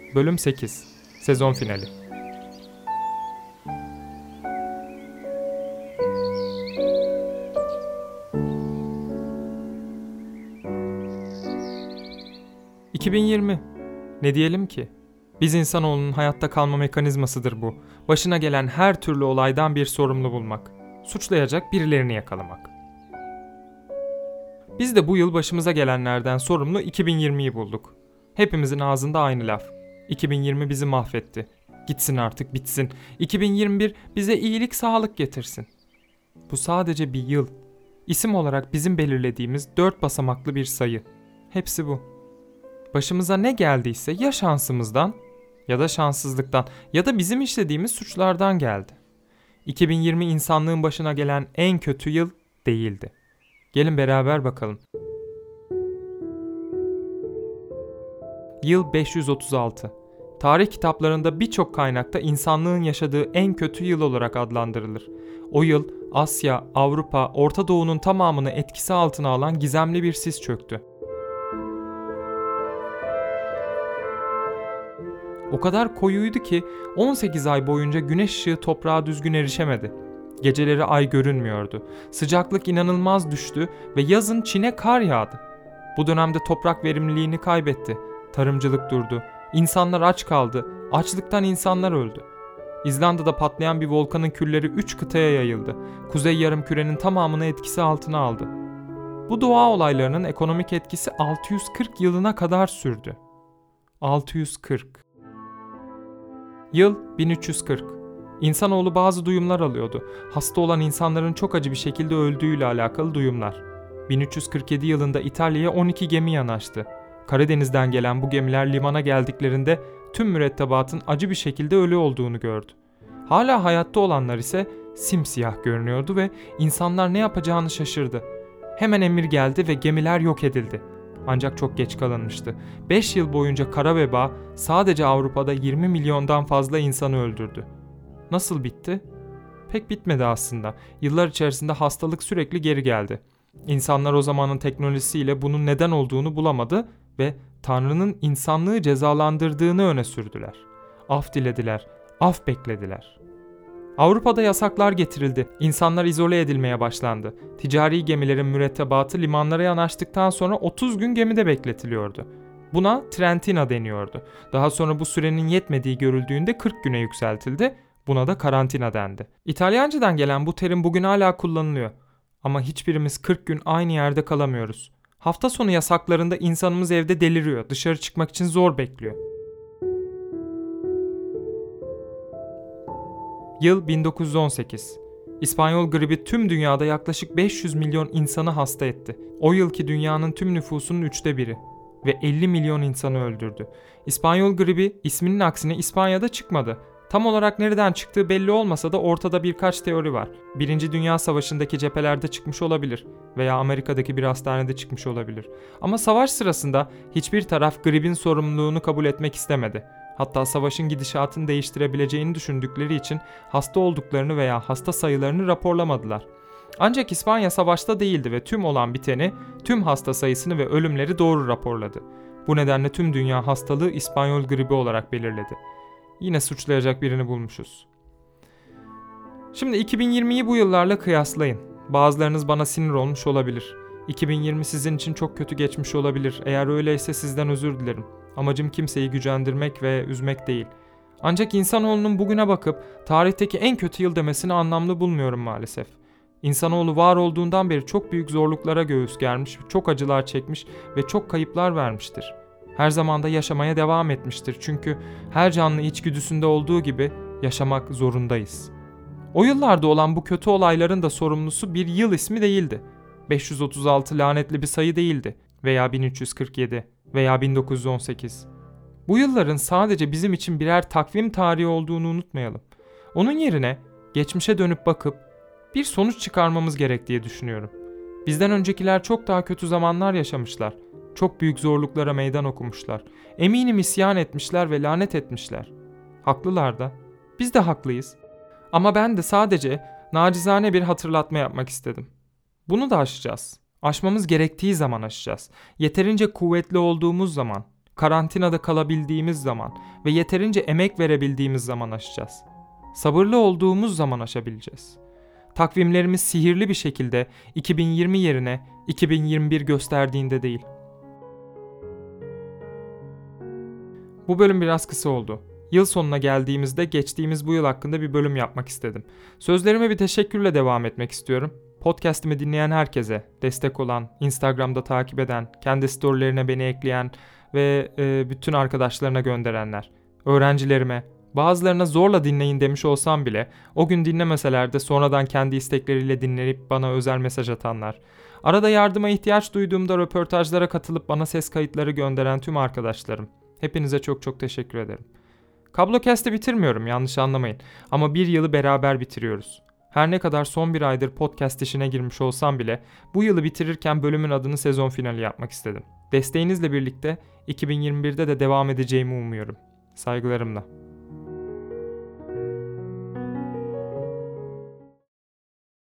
Bölüm 8. Sezon finali. ...2020. Ne diyelim ki? Biz insanoğlunun hayatta kalma mekanizmasıdır bu. Başına gelen her türlü olaydan bir sorumlu bulmak. Suçlayacak birilerini yakalamak. Biz de bu yıl başımıza gelenlerden sorumlu 2020'yi bulduk. Hepimizin ağzında aynı laf. 2020 bizi mahvetti. Gitsin artık, bitsin. 2021 bize iyilik, sağlık getirsin. Bu sadece bir yıl. İsim olarak bizim belirlediğimiz 4 basamaklı bir sayı. Hepsi bu. Başımıza ne geldiyse ya şansımızdan ya da şanssızlıktan ya da bizim işlediğimiz suçlardan geldi. 2020 insanlığın başına gelen en kötü yıl değildi. Gelin beraber bakalım. Yıl 536. Tarih kitaplarında birçok kaynakta insanlığın yaşadığı en kötü yıl olarak adlandırılır. O yıl Asya, Avrupa, Orta Doğu'nun tamamını etkisi altına alan gizemli bir sis çöktü. O kadar koyuydu ki 18 ay boyunca güneş ışığı toprağa düzgün erişemedi. Geceleri ay görünmüyordu. Sıcaklık inanılmaz düştü ve yazın Çin'e kar yağdı. Bu dönemde toprak verimliliğini kaybetti. Tarımcılık durdu. İnsanlar aç kaldı. Açlıktan insanlar öldü. İzlanda'da patlayan bir volkanın külleri 3 kıtaya yayıldı. Kuzey yarımkürenin tamamını etkisi altına aldı. Bu doğa olaylarının ekonomik etkisi 640 yılına kadar sürdü. 640. Yıl 1340. İnsanoğlu bazı duyumlar alıyordu. Hasta olan insanların çok acı bir şekilde öldüğüyle alakalı duyumlar. 1347 yılında İtalya'ya 12 gemi yanaştı. Karadeniz'den gelen bu gemiler limana geldiklerinde tüm mürettebatın acı bir şekilde ölü olduğunu gördü. Hala hayatta olanlar ise simsiyah görünüyordu ve insanlar ne yapacağını şaşırdı. Hemen emir geldi ve gemiler yok edildi. Ancak çok geç kalınmıştı. 5 yıl boyunca kara veba sadece Avrupa'da 20 milyondan fazla insanı öldürdü. Nasıl bitti? Pek bitmedi aslında. Yıllar içerisinde hastalık sürekli geri geldi. İnsanlar o zamanın teknolojisiyle bunun neden olduğunu bulamadı ve Tanrı'nın insanlığı cezalandırdığını öne sürdüler. Af dilediler, af beklediler. Avrupa'da yasaklar getirildi. İnsanlar izole edilmeye başlandı. Ticari gemilerin mürettebatı limanlara yanaştıktan sonra 30 gün gemide bekletiliyordu. Buna Trentina deniyordu. Daha sonra bu sürenin yetmediği görüldüğünde 40 güne yükseltildi. Buna da karantina dendi. İtalyancadan gelen bu terim bugün hala kullanılıyor. Ama hiçbirimiz 40 gün aynı yerde kalamıyoruz. Hafta sonu yasaklarında insanımız evde deliriyor. Dışarı çıkmak için zor bekliyor. Yıl 1918. İspanyol gribi tüm dünyada yaklaşık 500 milyon insanı hasta etti. O yılki dünyanın tüm nüfusunun 1/3 ve 50 milyon insanı öldürdü. İspanyol gribi isminin aksine İspanya'da çıkmadı. Tam olarak nereden çıktığı belli olmasa da ortada birkaç teori var. Birinci Dünya Savaşı'ndaki cephelerde çıkmış olabilir veya Amerika'daki bir hastanede çıkmış olabilir. Ama savaş sırasında hiçbir taraf gribin sorumluluğunu kabul etmek istemedi. Hatta savaşın gidişatını değiştirebileceğini düşündükleri için hasta olduklarını veya hasta sayılarını raporlamadılar. Ancak İspanya savaşta değildi ve tüm olan biteni, tüm hasta sayısını ve ölümleri doğru raporladı. Bu nedenle tüm dünya hastalığı İspanyol gribi olarak belirledi. Yine suçlayacak birini bulmuşuz. Şimdi 2020'yi bu yıllarla kıyaslayın. Bazılarınız bana sinir olmuş olabilir. 2020 sizin için çok kötü geçmiş olabilir. Eğer öyleyse sizden özür dilerim. Amacım kimseyi gücendirmek ve üzmek değil. Ancak insanoğlunun bugüne bakıp tarihteki en kötü yıl demesini anlamlı bulmuyorum maalesef. İnsanoğlu var olduğundan beri çok büyük zorluklara göğüs germiş, çok acılar çekmiş ve çok kayıplar vermiştir. Her zaman da yaşamaya devam etmiştir çünkü her canlı içgüdüsünde olduğu gibi yaşamak zorundayız. O yıllarda olan bu kötü olayların da sorumlusu bir yıl ismi değildi. 536 lanetli bir sayı değildi veya 1347 veya 1918. Bu yılların sadece bizim için birer takvim tarihi olduğunu unutmayalım. Onun yerine geçmişe dönüp bakıp bir sonuç çıkarmamız gerek diye düşünüyorum. Bizden öncekiler çok daha kötü zamanlar yaşamışlar. Çok büyük zorluklara meydan okumuşlar. Eminim isyan etmişler ve lanet etmişler. Haklılar da. Biz de haklıyız. Ama ben de sadece nacizane bir hatırlatma yapmak istedim. Bunu da aşacağız. Aşmamız gerektiği zaman aşacağız. Yeterince kuvvetli olduğumuz zaman, karantinada kalabildiğimiz zaman ve yeterince emek verebildiğimiz zaman aşacağız. Sabırlı olduğumuz zaman aşabileceğiz. Takvimlerimiz sihirli bir şekilde 2020 yerine 2021 gösterdiğinde değil. Bu bölüm biraz kısa oldu. Yıl sonuna geldiğimizde geçtiğimiz bu yıl hakkında bir bölüm yapmak istedim. Sözlerime bir teşekkürle devam etmek istiyorum. Podcast'imi dinleyen herkese, destek olan, Instagram'da takip eden, kendi storylerine beni ekleyen ve bütün arkadaşlarına gönderenler, öğrencilerime, bazılarına zorla dinleyin demiş olsam bile o gün dinlemeseler de sonradan kendi istekleriyle dinleyip bana özel mesaj atanlar, arada yardıma ihtiyaç duyduğumda röportajlara katılıp bana ses kayıtları gönderen tüm arkadaşlarım. Hepinize çok çok teşekkür ederim. Kablocast'ı bitirmiyorum, yanlış anlamayın, ama bir yılı beraber bitiriyoruz. Her ne kadar son bir aydır podcast işine girmiş olsam bile bu yılı bitirirken bölümün adını sezon finali yapmak istedim. Desteğinizle birlikte 2021'de de devam edeceğimi umuyorum. Saygılarımla.